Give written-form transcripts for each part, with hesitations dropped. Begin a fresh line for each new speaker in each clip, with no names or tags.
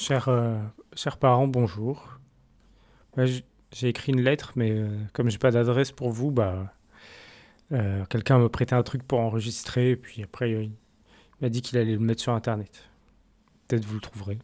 Chers, chers parents, bonjour. Ouais, j'ai écrit une lettre, mais comme j'ai pas d'adresse pour vous, quelqu'un m'a prêté un truc pour enregistrer, et puis après il m'a dit qu'il allait le mettre sur Internet. Peut-être vous le trouverez.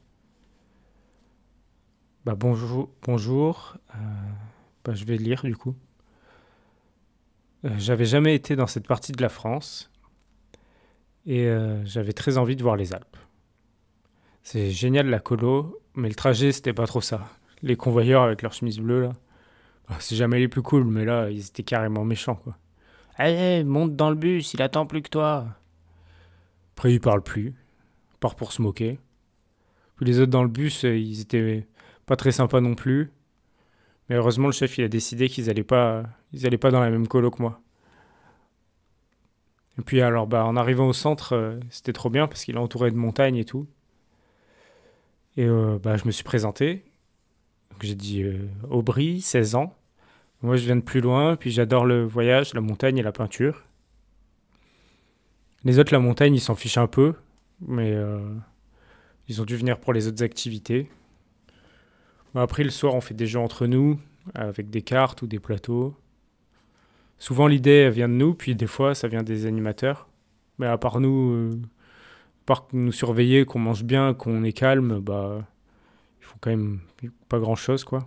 Bonjour, bonjour. Je vais lire du coup. J'avais jamais été dans cette partie de la France et j'avais très envie de voir les Alpes. C'est génial la colo, mais le trajet c'était pas trop ça. Les convoyeurs avec leurs chemises bleues là, c'est jamais les plus cool, mais là ils étaient carrément méchants quoi. Allez, monte dans le bus, il attend plus que toi. Après, il parle plus, part pour se moquer. Puis les autres dans le bus, ils étaient pas très sympas non plus. Mais heureusement, le chef, il a décidé ils allaient pas dans la même colo que moi. Et puis alors, en arrivant au centre, c'était trop bien parce qu'il est entouré de montagnes et tout. Et je me suis présenté. Donc, j'ai dit Aubry, 16 ans. Moi, je viens de plus loin, puis j'adore le voyage, la montagne et la peinture. Les autres, la montagne, ils s'en fichent un peu, mais ils ont dû venir pour les autres activités. Après, le soir, on fait des jeux entre nous, avec des cartes ou des plateaux. Souvent, l'idée elle vient de nous, puis des fois, ça vient des animateurs. Mais à part nous, à part nous surveiller, qu'on mange bien, qu'on est calme, ils font quand même pas grand-chose, quoi.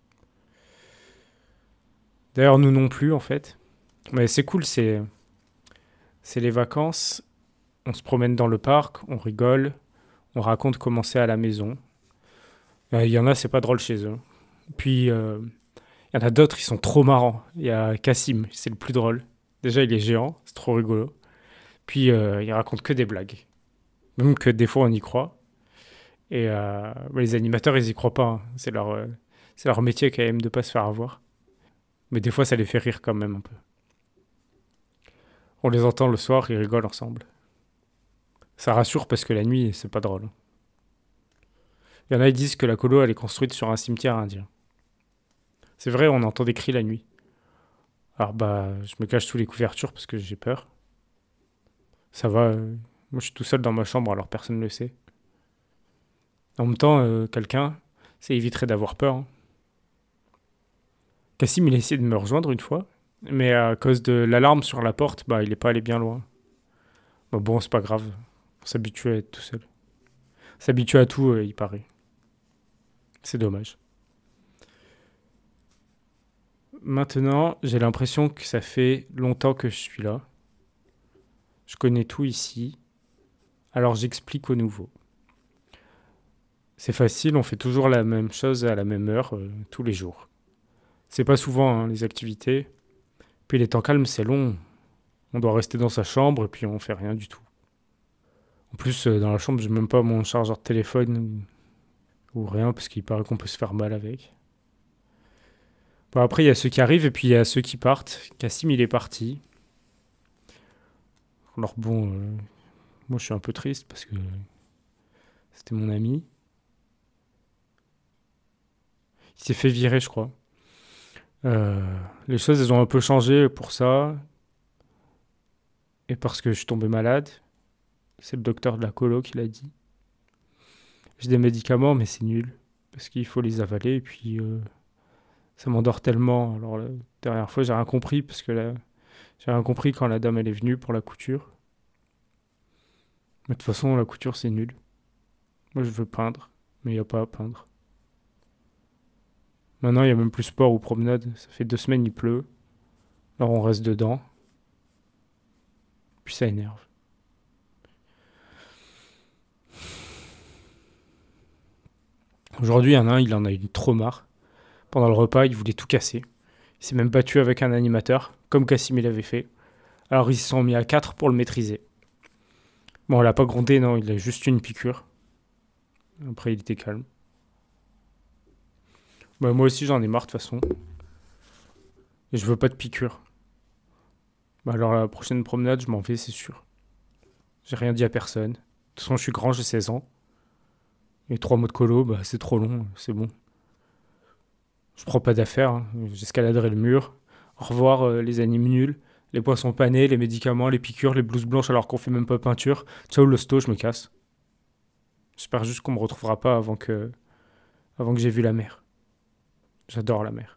D'ailleurs, nous non plus, en fait. Mais c'est cool, c'est les vacances. On se promène dans le parc, on rigole, on raconte comment c'est à la maison. Il y en a, c'est pas drôle chez eux. Puis, il y en a d'autres, ils sont trop marrants. Il y a Cassim, c'est le plus drôle. Déjà, il est géant, c'est trop rigolo. Puis, il raconte que des blagues. Même que des fois, on y croit. Et les animateurs, ils y croient pas, hein. C'est leur métier quand même de pas se faire avoir. Mais des fois, ça les fait rire quand même un peu. On les entend le soir, ils rigolent ensemble. Ça rassure parce que la nuit, c'est pas drôle. Il y en a, ils disent que la colo, elle est construite sur un cimetière indien. C'est vrai, on entend des cris la nuit. Alors je me cache sous les couvertures parce que j'ai peur. Ça va, moi je suis tout seul dans ma chambre alors personne ne le sait. En même temps, quelqu'un, ça éviterait d'avoir peur, hein. Cassim, il a essayé de me rejoindre une fois, mais à cause de l'alarme sur la porte, il est pas allé bien loin. Bon, c'est pas grave, on s'habitue à être tout seul. On s'habitue à tout, il paraît. C'est dommage. Maintenant, j'ai l'impression que ça fait longtemps que je suis là. Je connais tout ici, alors j'explique au nouveau. C'est facile, on fait toujours la même chose à la même heure, tous les jours. C'est pas souvent, hein, les activités. Puis les temps calmes, c'est long. On doit rester dans sa chambre et puis on fait rien du tout. En plus, dans la chambre, j'ai même pas mon chargeur de téléphone ou rien parce qu'il paraît qu'on peut se faire mal avec. Après, il y a ceux qui arrivent et puis il y a ceux qui partent. Cassim, il est parti. Alors moi je suis un peu triste parce que c'était mon ami. Il s'est fait virer, je crois. Euh, les choses, elles ont un peu changé pour ça. Et parce que je suis tombé malade. C'est le docteur de la colo qui l'a dit. J'ai des médicaments, mais c'est nul. Parce qu'il faut les avaler et puis ça m'endort tellement. Alors la dernière fois, j'ai rien compris parce que j'ai rien compris quand la dame elle est venue pour la couture. Mais de toute façon, la couture c'est nul. Moi je veux peindre, mais il n'y a pas à peindre. Maintenant, il n'y a même plus sport ou promenade. Ça fait 2 semaines, il pleut. Alors on reste dedans. Puis ça énerve. Aujourd'hui, il y en a un, il en a eu trop marre. Pendant le repas, il voulait tout casser. Il s'est même battu avec un animateur, comme Cassim l'avait fait. Alors ils se sont mis à 4 pour le maîtriser. Bon, elle a pas grondé, non, il a juste eu une piqûre. Après, il était calme. Moi aussi, j'en ai marre de toute façon. Et je veux pas de piqûre. Alors la prochaine promenade, je m'en vais, c'est sûr. J'ai rien dit à personne. De toute façon, je suis grand, j'ai 16 ans. Et 3 mots de colo, c'est trop long, c'est bon. Je prends pas d'affaires, hein. J'escaladerai le mur. Au revoir les animes nuls, les poissons panés, les médicaments, les piqûres, les blouses blanches alors qu'on fait même pas peinture. Ciao l'hosto, je me casse. J'espère juste qu'on me retrouvera pas avant que j'ai vu la mer. J'adore la mer.